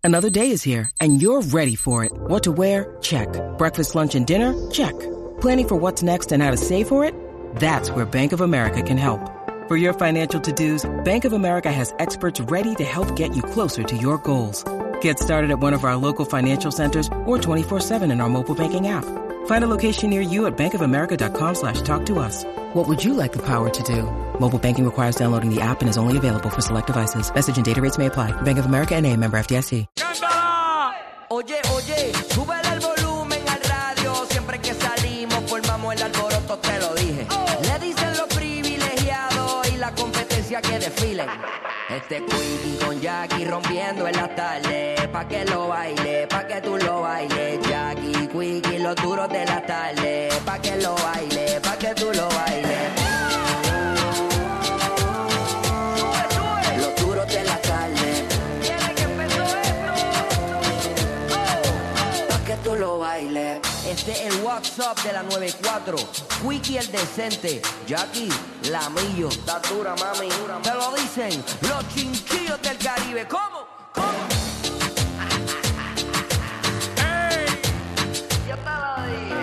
Another day is here, and you're ready for it. What to wear? Check. Breakfast, lunch, and dinner? Check. Planning for what's next and how to save for it? That's where Bank of America can help. For your financial to-dos, Bank of America has experts ready to help get you closer to your goals. Get started at one of our local financial centers or 24/7 in our mobile banking app. Find a location near you at bankofamerica.com/talktous. What would you like the power to do? Mobile banking requires downloading the app and is only available for select devices. Message and data rates may apply. Bank of America N.A., member FDIC. Oye, súbele el volumen al radio. Siempre que salimos formamos el alboroto, te lo dije. Le dicen los privilegiados y la competencia que desfilen. Quickie con Jackie rompiendo en la tarde. Pa' que lo baile, pa' que tú lo bailes. Jackie, Quickie, los duros de la tarde. Pa' que lo baile, pa' que tú lo bailes. Los duros de la tarde. Tiene que empezar esto. Pa' que tú lo bailes. Este es el WhatsApp de la 94. Quickie el decente. Jackie, la millo. Está dura, mami. Te lo dicen los chinchillos del Caribe. ¿Cómo? ¡Ey! Yo te lo dije.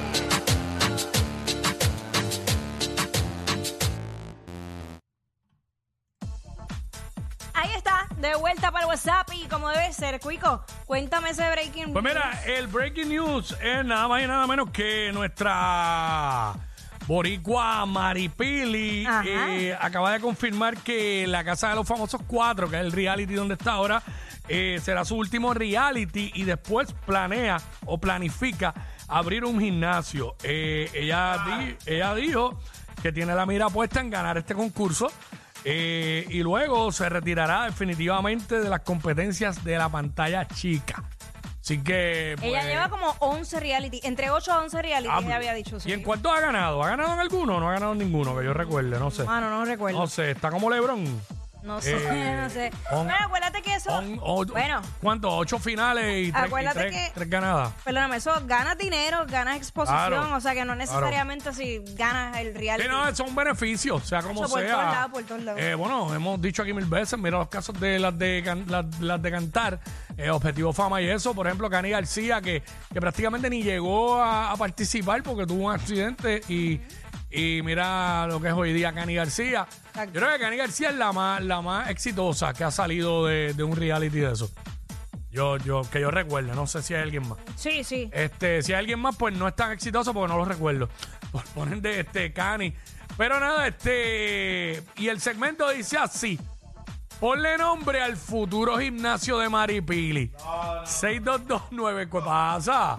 Ahí está, de vuelta para el WhatsApp y como debe ser, Cuico, cuéntame ese breaking Pues mira, el breaking news es nada más y nada menos que nuestra boricua Maripili acaba de confirmar que la Casa de los Famosos 4, que es el reality donde está ahora, será su último reality y después planea o planifica abrir un gimnasio. Ella dijo que tiene la mira puesta en ganar este concurso. Y luego se retirará definitivamente de las competencias de la pantalla chica. Así que... pues, ella lleva como 11 reality, entre 8 a 11 reality, ella había dicho. Sí. ¿Y en cuántos ha ganado? ¿Ha ganado en alguno o no ha ganado en ninguno? Que yo recuerde, no sé. No recuerdo. No sé, está como LeBron. No sé, no sé. Bueno, acuérdate que eso... bueno. ¿Cuántos? 8 finales y 3 ganadas. Perdóname, eso ganas dinero, ganas exposición, Claro, o sea que no necesariamente si ganas el reality. Sí, no, son beneficios, sea como por sea. Por todos lados. Bueno, hemos dicho aquí 1000 veces, mira los casos de las de cantar, Objetivo Fama y eso. Por ejemplo, Cani García, que prácticamente ni llegó a participar porque tuvo un accidente y mira lo que es hoy día Cani García. Yo creo que Cani García es la más exitosa que ha salido de un reality de eso. Que yo recuerde, no sé si hay alguien más. Sí. Si hay alguien más, pues no es tan exitoso porque no lo recuerdo. Ponen de Cani. Pero nada, y el segmento dice así: ponle nombre al futuro gimnasio de Maripili. 622-9, ¿qué pasa?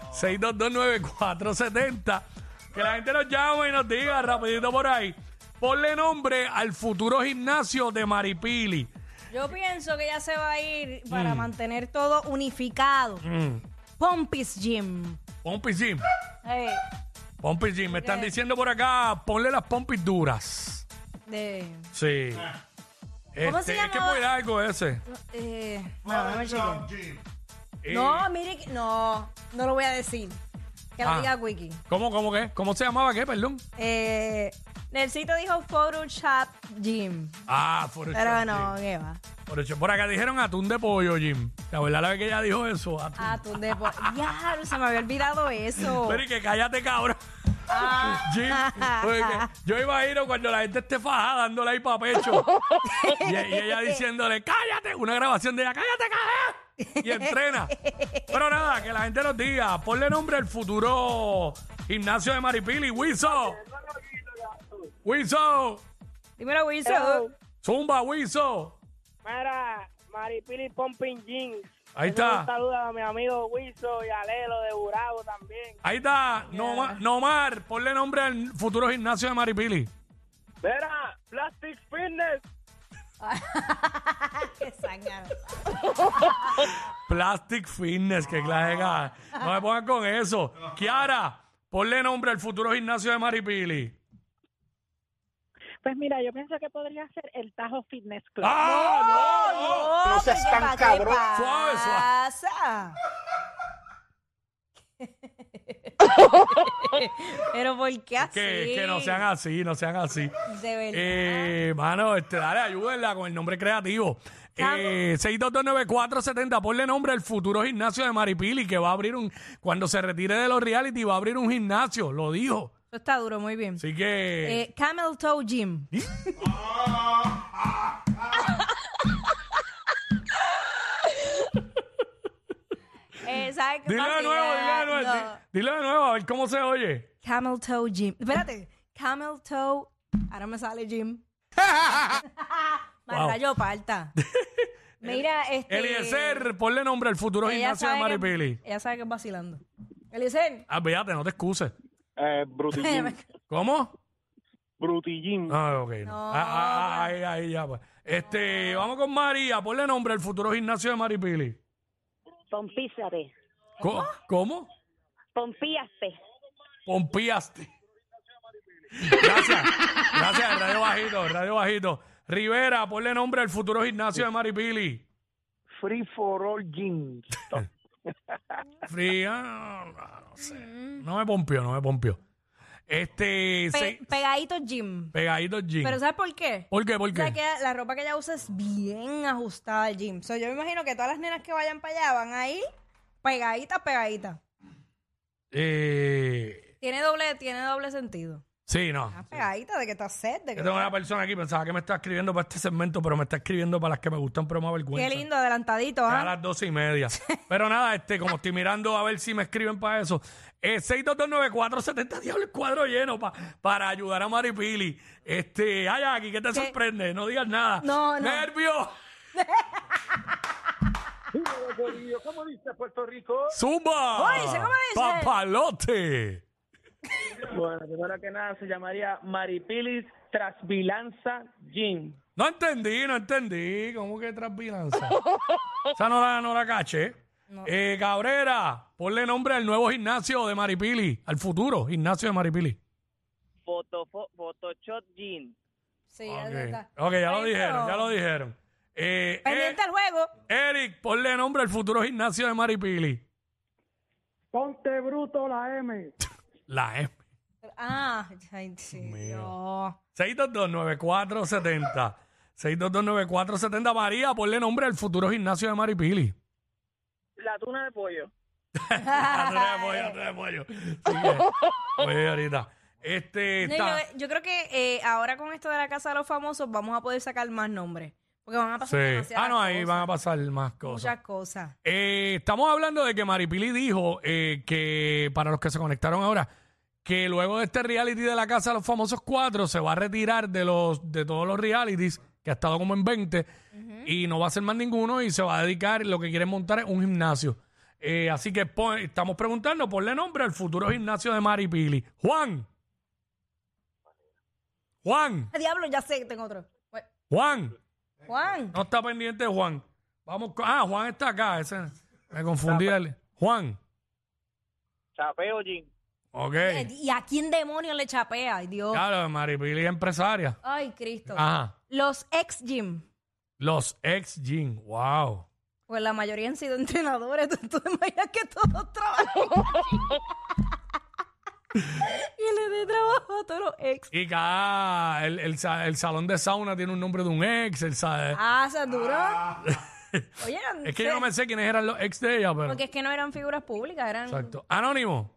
622-9470. Que la gente nos llame y nos diga rapidito por ahí. Ponle nombre al futuro gimnasio de Maripili. Yo pienso que ella se va a ir para mantener todo unificado. Pompis Gym. Pompis Gym. Hey. Pompis Gym. Me están diciendo por acá, ponle las pompis duras. Sí. ¿Cómo se llama? Es que puede algo ese. No, mire, no lo voy a decir. Que lo diga Quickie. ¿Cómo qué? ¿Cómo se llamaba qué, perdón? Nelsito dijo Photoshop Gym. Photoshop. Pero no, ¿qué va? Por acá dijeron atún de pollo, Jim. La verdad, la vez que ella dijo eso, Atún de pollo. Ya, se me había olvidado eso. Pero y que cállate, cabrón. Jim, porque yo imagino cuando la gente esté fajada dándole ahí pa' pecho y ella diciéndole, cállate, una grabación de ella, cállate, cállate. Y entrena. Pero nada, que la gente nos diga, ponle nombre al futuro gimnasio de Maripili. Wiso. Dímelo, Wiso. Zumba, Wiso. Mira, Maripili Pumping Jeans. Ahí está. Un saludo a mi amigo Wiso y a Lelo de Burabo también. Ahí está. Nomar, ponle nombre al futuro gimnasio de Maripili. Mira, Plastic Fitness. Qué zángano. Plastic Fitness, que clase. No me pongan con eso. Kiara, ponle nombre al futuro gimnasio de Maripili. Pues mira, yo pienso que podría ser el Tajo Fitness Club. No seas tan cabrón. Suave. Pero ¿por qué así? Que no sean así. De verdad. Mano, dale, ayúdenla con el nombre creativo. 6229470, ponle nombre al futuro gimnasio de Maripili, que va a abrir cuando se retire de los reality, va a abrir un gimnasio, lo dijo. Eso está duro, muy bien. Así que... Camel Toe Gym. ¿Sabes qué? Dile de nuevo, dile de nuevo, a ver cómo se oye. Camel Toe Gym. Espérate. Camel Toe. Ahora me sale Gym. Me rayo parta. Mira, Eliezer, ponle nombre al futuro gimnasio de Maripili. Ella sabe que es vacilando. Eliezer. Fíjate, no te excuses. Brutillín. ¿Cómo? Brutillín. Ok. No. Ahí ya, pues. Vamos con María, ponle nombre al futuro gimnasio de Maripili. Pompízate. ¿Cómo? Pompíaste. Pompíaste. Gracias, Radio Bajito. Rivera, ponle nombre al futuro gimnasio de Maripili. Free for all gym. No sé. No me pompió. Pegaditos Gym. Pegaditos Gym. Pero ¿sabes por qué? ¿Por qué? O sea, que la ropa que ella usa es bien ajustada al gym. Yo me imagino que todas las nenas que vayan para allá van a ir pegaditas. Tiene doble sentido. Sí, no. Pegadita de que estás set. Yo tengo una persona aquí, pensaba que me está escribiendo para este segmento, pero me está escribiendo para las que me gustan, pero me da vergüenza. Qué lindo, adelantadito, A las 12:30. Pero nada, como estoy mirando a ver si me escriben para eso. 6229470, diablo, el cuadro lleno para ayudar a Maripili. Aquí, ¿qué te sorprende? No digas nada. No. ¡Nervio! ¿Cómo dice Puerto Rico? ¡Zumba! ¿Cómo dice? ¡Papalote! Bueno, primero que nada se llamaría Maripilis Trasbilanza Gym. No entendí. ¿Cómo que trasbilanza? Esa no la caché. No. Cabrera, ponle nombre al nuevo gimnasio de Maripili, al futuro gimnasio de Maripili. Photoshop Gym. Sí, está. Ok, ya lo dijeron. Pendiente al juego. Eric, ponle nombre al futuro gimnasio de Maripili. Ponte bruto la M. La M. Ay, sí. No. 6229470. 6229470. María, ponle nombre al futuro gimnasio de Maripili. La tuna de pollo. La tuna de pollo. Oye, ahorita. Yo creo que ahora con esto de la Casa de los Famosos vamos a poder sacar más nombres. Porque van a pasar demasiadas cosas. Ahí van a pasar más cosas. Muchas cosas. Estamos hablando de que Maripili dijo que, para los que se conectaron ahora, que luego de este reality de la Casa de los Famosos 4 se va a retirar de todos los realities, que ha estado como en 20, y no va a hacer más ninguno y se va a dedicar, lo que quiere montar es un gimnasio. Así que estamos preguntando, ponle nombre al futuro gimnasio de Maripili. Juan. Diablo, ya sé que tengo otro. Juan. No está pendiente de Juan. Vamos Juan está acá. Me confundí. Juan. Chapeo Gym. Ok. ¿Y a quién demonios le chapea? Ay, Dios. Claro, Maripili es empresaria. Ay, Cristo. Ajá. Los ex gym. Wow. Pues la mayoría han sido entrenadores. ¿Tú te imaginas que todos trabajan? Y le dé trabajo a todos los ex. Y cada el salón de sauna tiene un nombre de un ex. ¿se duro? Oye, es que yo no me sé quiénes eran los ex de ella, pero... Porque es que no eran figuras públicas, eran... Exacto. Anónimo.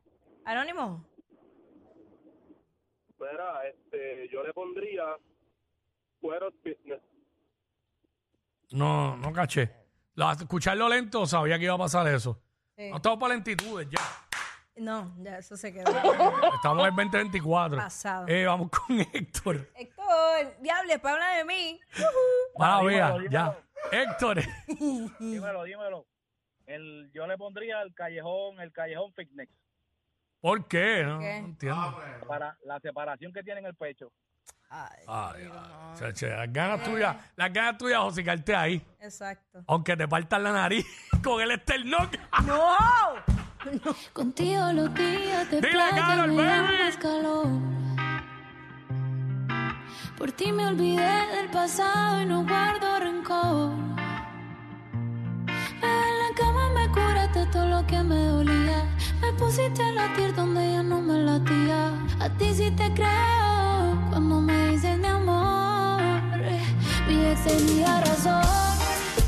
Mira, yo le pondría Cueros Fitness. No caché. Escucharlo lento sabía que iba a pasar eso. Sí. No estamos para lentitudes ya. No, ya eso se quedó. Estamos en 2024. Pasado. Vamos con Héctor. Héctor, diablo, después habla de mí. Dímelo. Ya. Héctor. Dímelo. Yo le pondría el callejón fitness. ¿Por qué? No entiendo. Para la separación que tiene en el pecho. Las ganas tuyas, josicarte ahí. Exacto. Aunque te partan la nariz con el esternón. ¡No! Contigo los días de Dile, Carol, me dan baby. más calor. Por ti me olvidé del pasado y no guardo rencor. En la cama me curaste todo lo que me dolía. Me pusiste a latir donde ya no me latía. A ti sí te creo cuando me dices mi amor. Mi ex tenía razón.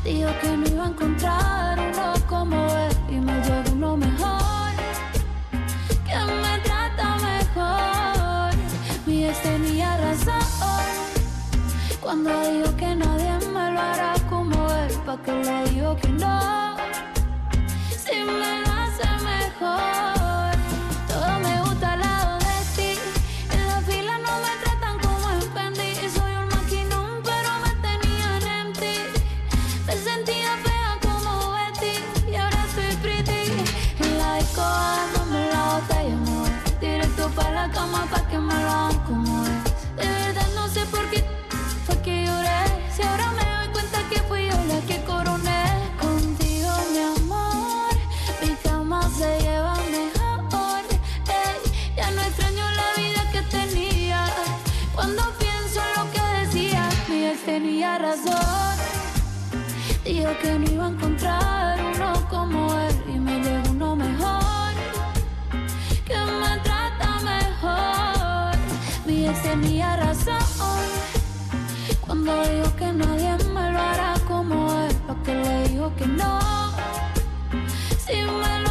Dijo que no iba a encontrar uno como él y me llegó uno mejor, que me trata mejor. Mi ex tenía razón cuando dijo que nadie me lo hará como él. ¿Pa' qué le digo que no? Si me lo hace mejor. Todo me gusta al lado de ti. En la fila no me tratan como en Fendi. Soy un maquinón pero me tenían en ti. Me sentía fea como Betty y ahora soy pretty. En la disco dándome la botella, amor. Directo pa' la cama pa' que me lo hagan como es. De verdad no sé por qué fue que lloré. Si ahora me doy cuenta que fui yo la que coroné. Contigo, mi amor, mi cama se lleva mejor. Ey, ya no extraño la vida que tenía. Cuando pienso en lo que decía, mi ex tenía razón. Dijo que no iba a encontrar uno como él y me llegó uno mejor, que me trata mejor. Mi ex tenía razón cuando dijo que nadie me lo hará como él. ¿Pa' qué le digo que no? Si me lo